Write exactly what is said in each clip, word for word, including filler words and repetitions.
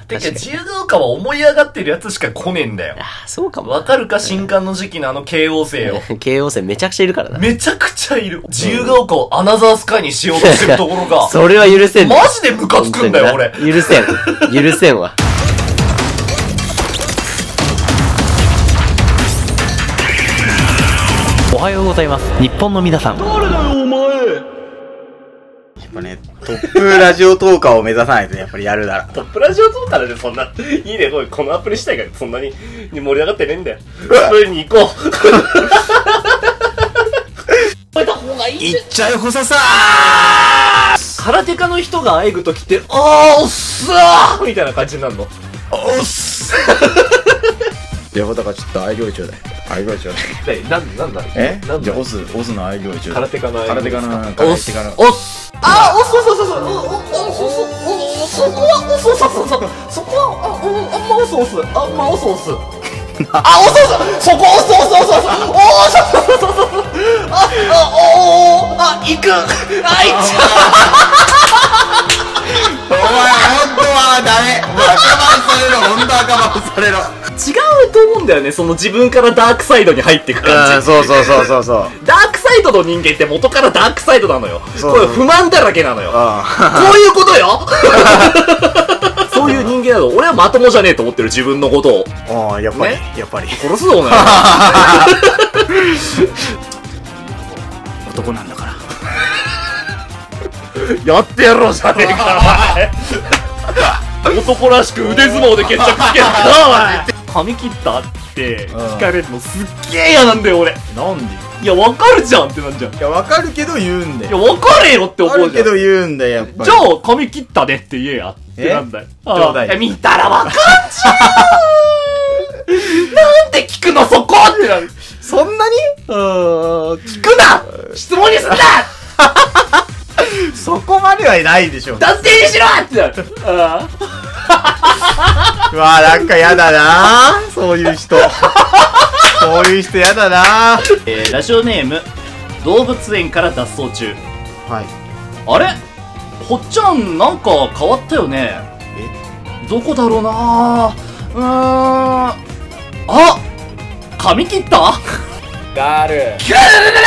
てか自由が丘は思い上がってるやつしか来ねえんだよ。 あ、そうかも。 わかるか、新刊の時期のあの慶応生よ。 慶応生めちゃくちゃいるからな。 めちゃくちゃいる。自由が丘をアナザースカイにしようとしてるところが。 それは許せん。 マジでムカつくんだよ、俺。 許せん。許せんわ。 おはようございます。日本の皆さん。 誰だよ、お前。 やっぱね、トップラジオトーカーを目指さないとやっぱりやるだろ。 トップラジオトーカーでそんな、いいね、このアプリ自体がそんなに盛り上がってねえんだよ。アプリに行こう。超えた方がいい。 いっちゃうほささー空手家の人があえぐときって、あー、おっすーみたいな感じになるの。 おっすいや、だからちょっと愛嬌ちょうだい。愛嬌ちょうだい。 ね、なん、なんだえなんだじゃあ、オス、オスの愛嬌ちょうだい。 空手家の空手家の、 おっす空手家の。 おっすあー、おっそうそうそうそう、お、お、お、お、そこは、お、そうそうそうそう、そこは、あ、お、あんまおすおす、あんまおすおす。あ、おそうそう、そこおすおすおすおす、おー、そうそうそうそう、あ、あ、おー、あ、行く、あ、行っちゃお前、ほんとはダメ。赤番されろ、ほんと赤番されろ。 違うと思うんだよね、その自分からダークサイドに入っていく感じ。 そうそうそうそうそう。 ダークサイドの人間って元からダークサイドなのよ。 そうこれ不満だらけなのよ。こういうことよそういう人間なの。俺はまともじゃねえと思ってる、自分のことを。 ああ、やっぱり、 ね、 やっぱり。 殺すぞ、お前。 男なんだから。 やってやろうじゃねえか、お前。男らしく腕相撲で決着つけるか、お前。髪切ったって聞かれるのすっげえ嫌なんだよ、俺。 なんでいや、わかるじゃんってなんじゃん。いいや、わかるけど言うんだよ。 や、わかれよって思わかうじゃん。 るけど言うんだよ、やっぱり。 じゃあ、髪切ったねって言えや。ってなんだよ。 どうだいああ見たらわかんじゃんなんで聞くのそこってなる。 そんなにうーん、聞くな質問にすんなそこまではないでしょ。 男性にしろってなる。あうわ、なんかやだなぁ。そういう人。そういう人やだなぁ。 えー、ラジオネーム、動物園から脱走中。 はい。 あれほっちゃん、なんか変わったよね。 えどこだろうなぁ。うーん。あ髪切ったガールキュー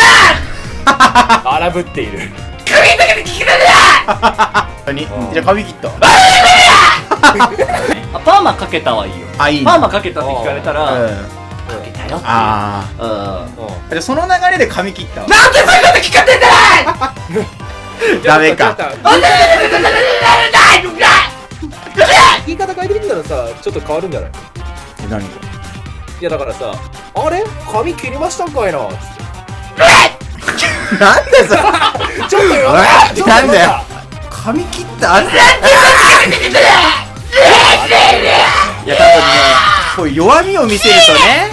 荒ぶっている。 髪だけで聞くな何じゃあ髪切った。 あ、パーマかけたはいいよ。 あ、いいパーマかけたって聞かれたら、 うん。 かけたよって。 あうん。 あ。じゃあその流れで髪切ったわ。 なんでそういうこと聞かせてないダメか。 言い方変えてみたらさ、ちょっと変わるんじゃない？ 何いやだからさ、あれ髪切りましたんかいなつってなんでさ、 ちょっとよちょっとなんだよ。髪切ったあれいや、多分ね、こういう弱みを見せるとね。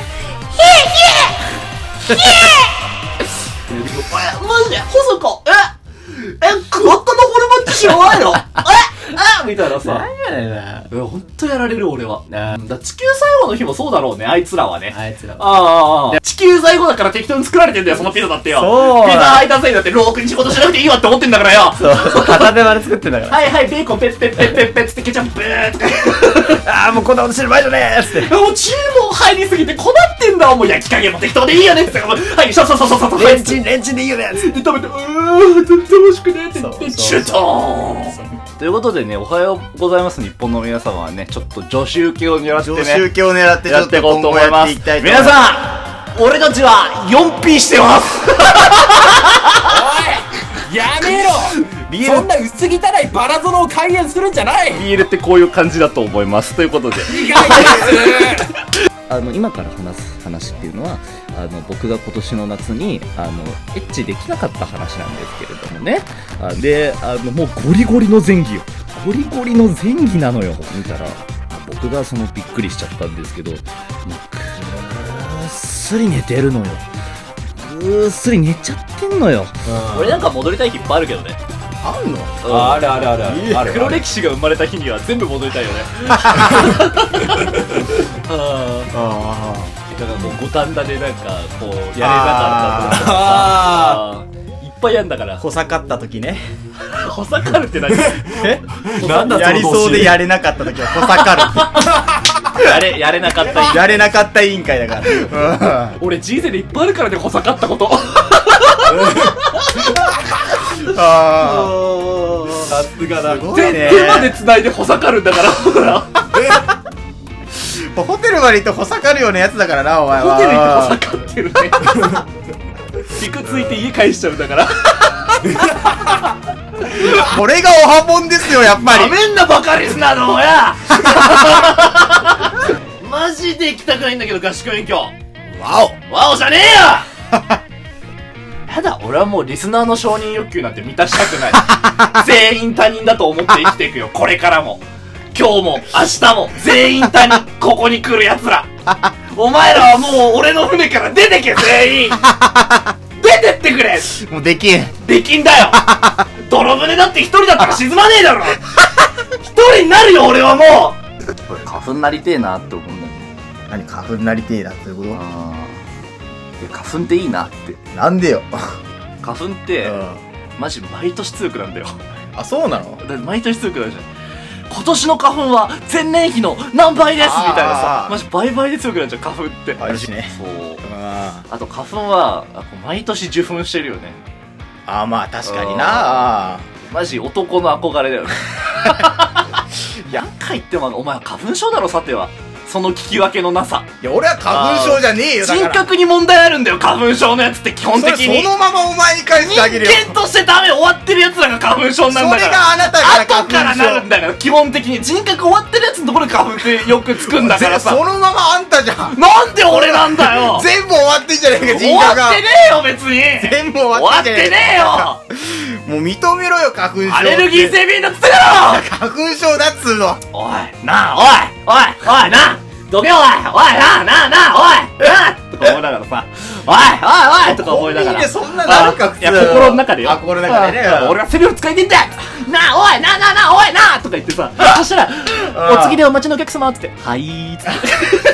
マジで細子ええクワッカのホルモンって知らないのええみたいなさ。 何やねんな。 え、ほんとやられる俺は。だ地球最後の日もそうだろうね、あいつらはね。 あいつらは。 ああああ、地球最後だから適当に作られてんだよ、そのピザだってよ。 そうピザ配達員だってろくに仕事しなくていいわって思ってんだからよ。 そう、片手まで作ってんだから。 はいはい、ベーコンペッペッペッペッペッつってケチャップーとか。 ああ、もうこんなことしてる場合じゃねえっつって。 もう注文入りすぎて困ってんだ。もう焼き加減も適当でいいよねっつって。はい、そうそうそうそうそう。 レンチン、レンチンでいいよねっつって。 で食べて、うーん、全然美味しくねって言って、 そうシュットーンということでね、おはようございます日本の皆様はね、ちょっと女子受けを狙ってね、 常習系を狙ってちょっとやっていこう今後やってと思います。 いきたいと思います。 皆さん、俺たちは よんピー してます。 おいやめろビールそんな薄汚いバラ園を開演するんじゃない。 ビールってこういう感じだと思います。ということで。 意外ですあの今から話す話っていうのはあの僕が今年の夏にあのエッチできなかった話なんですけれどもね。あであのもうゴリゴリの前戯よ。ゴリゴリの前戯なのよ。見たら僕がそのびっくりしちゃったんですけど、もうぐーっすり寝てるのよ。ぐーっすり寝ちゃってんのよ。 俺なんか戻りたい日いっぱいあるけどね。 あんのああるあるあるあるある。 黒歴史が生まれた日には全部戻りたいよね。ああだからもう五反田でなんかこうやれなかったとかあさ、いっぱいやんだから。 あ。小さかった時ね。 ほさかるって何？え？ なんだやりそうでやれなかった時はほさかるやれ、やれなかった。 やれなかった委員会だから俺人生でいっぱいあるからね、ほさかったこと。 あさすがだ。 すごいね手手まで繋いでほさかるんだから、ほら。 あホテルまで行ってほさかるようなやつだからなお前はホテル行ってほさかってるね。ピクついて家返しちゃうんだから。 これがおはぽんですよやっぱりダメんなバカリスナーの親。マジで行きたくないんだけど合宿免許。 わワオじゃねえよ。やだ、俺はもうリスナーの承認欲求なんて満たしたくない。全員他人だと思って生きていくよ、これからも。今日も明日も全員他人。ここに来る奴ら、お前らはもう俺の船から出てけ、全員。出てってくれ。 おもうできんできんだよ。泥船だって一人だったら沈まねえだろ。一人になるよ俺はもう。俺花粉なりてえなって思うんだよね。 何花粉なりてえだっていうこあー、花粉っていいなって。 となんでよ花粉ってマジ毎年強くなんだよ。 あそうなのだって毎年強くなるじゃん。今年の花粉は前年比の何倍ですみたいなさ、 あーマジ倍々で強くなっちゃう花粉って。 あるしねそう。 ああと花粉はあこう毎年受粉してるよね。 あまあ確かになあマジ男の憧れだよね。いや、何回言ってもお前は花粉症だろ、さては。その聞き分けのなさ。 いや俺は花粉症じゃねえよだから人格に問題あるんだよ、花粉症のやつって基本的に。 それそのままお前に返してあげるよ人間としてダメ、終わってるやつらが花粉症なんだから。 それがあなたから花粉症後からなるんだから、基本的に。人格終わってるやつのところに花粉ってよくつくんだからさ。 そのままあんたじゃんなんで俺なんだよ。 全部終わってんじゃねえか終人格がわってねえよ、別に。 全部終終わってんじゃねえわってねえよ。 もう認めろよ花粉症アレルギー性鼻炎だっつってだろ。 花粉症だっつうのおい、なあ、おい、おい、おい、なあ、どけおい、おい、なあ、なあ、なあ、おい、なあとか思いながらさ、おい、おい、おいとか思いながら。 コンビニでそんななるか普通いや、心の中でよ。 あ心の中でねあ俺はセリフ使いてんだよ。なあ、おい、なあ、なあ、なあ、おい、なあとか言ってさ、そしたら、お次でお待ちのお客様って言って、はいーっつって。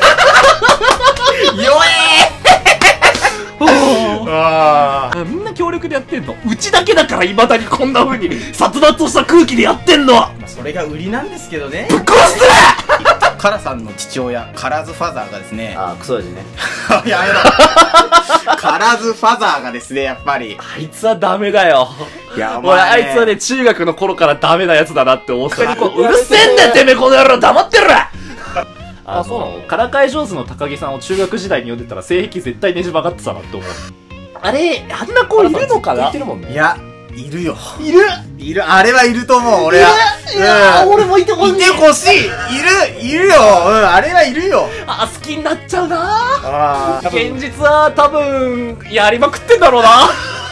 弱えああみんな協力でやってんの。うちだけだから未だにこんな風に殺伐とした空気でやってんの。 あそれが売りなんですけどねぶっ殺すカラさんの父親カラーズファザーがですねあー、クソ味ね。 いややだカラーズファザーがですねやっぱりあいつはダメだよ。 いや俺、あいつはね、中学の頃からダメなやつだなって思ってた。うるせえんだよ、てめえこの野郎、黙ってろ。あの、そうなのからかい上手の高木さんを中学時代に読んでたら性癖絶対ねじ曲がってたなって思う。あれ、あんな子いるのかな。 言ってるもんね。 いやいるよいるいるあれはいると思う俺はいやー、 うん俺もいてほしい。 いてほしいいるいるようんあれはいるよあ、好きになっちゃうな。 ああ現実は多分、やりまくってんだろうな。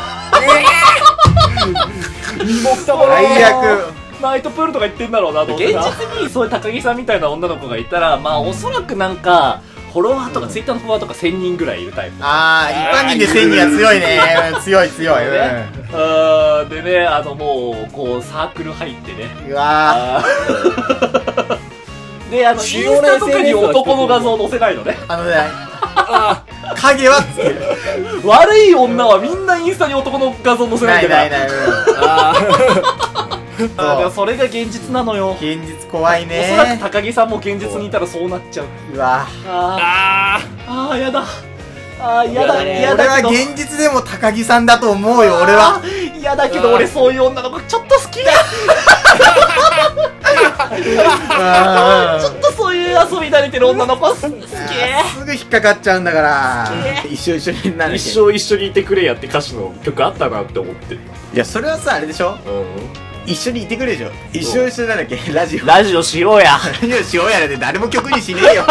身も蓋もない最悪ナイトプールとか行ってんだろうな、どうせな。現実にそういう高木さんみたいな女の子がいたら、まあおそらくなんか、フォロワーとかツイッターのフォロワーとかせんにんぐらいいるタイプ。 ああ一般人でせんにんは強いねうん強い強いね、うん、でね、あのもう、こう、サークル入ってね。 うんうわあーで、あの、インスタとかに男の画像載せないのね。 あのね影はつける悪い女はみんなインスタに男の画像載せなないいんだから。 ないないあーそうでもそれが現実なのよ。 現実怖いねおそらく高木さんも現実にいたらそうなっちゃう。 うわあーあー、やだ。あー、やだ、や俺はだけど。 現実でも高木さんだと思うよ俺はあー。嫌だけど俺そういう女の子ちょっと好きだ。ちょっとそういう遊び慣れてる女の子好き。 すぐ引っかかっちゃうんだから一緒一緒になる一生一緒にいてくれやって歌詞の曲あったなって思ってる。 いやそれはさあれでしょ一緒にいてくれでしょ一緒一緒なんだっけラジオラジオしようや。 ラジオしようやらで誰も曲にしねえよ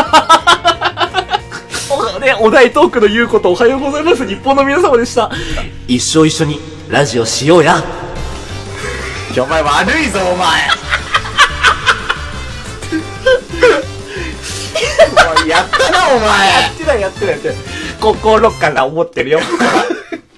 おね、お題トークの言うことおはようございます日本の皆様でした。一生一緒にラジオしようや。 お前悪いぞお前お前やったなお前やってないやってないやってない。心から思ってるよ。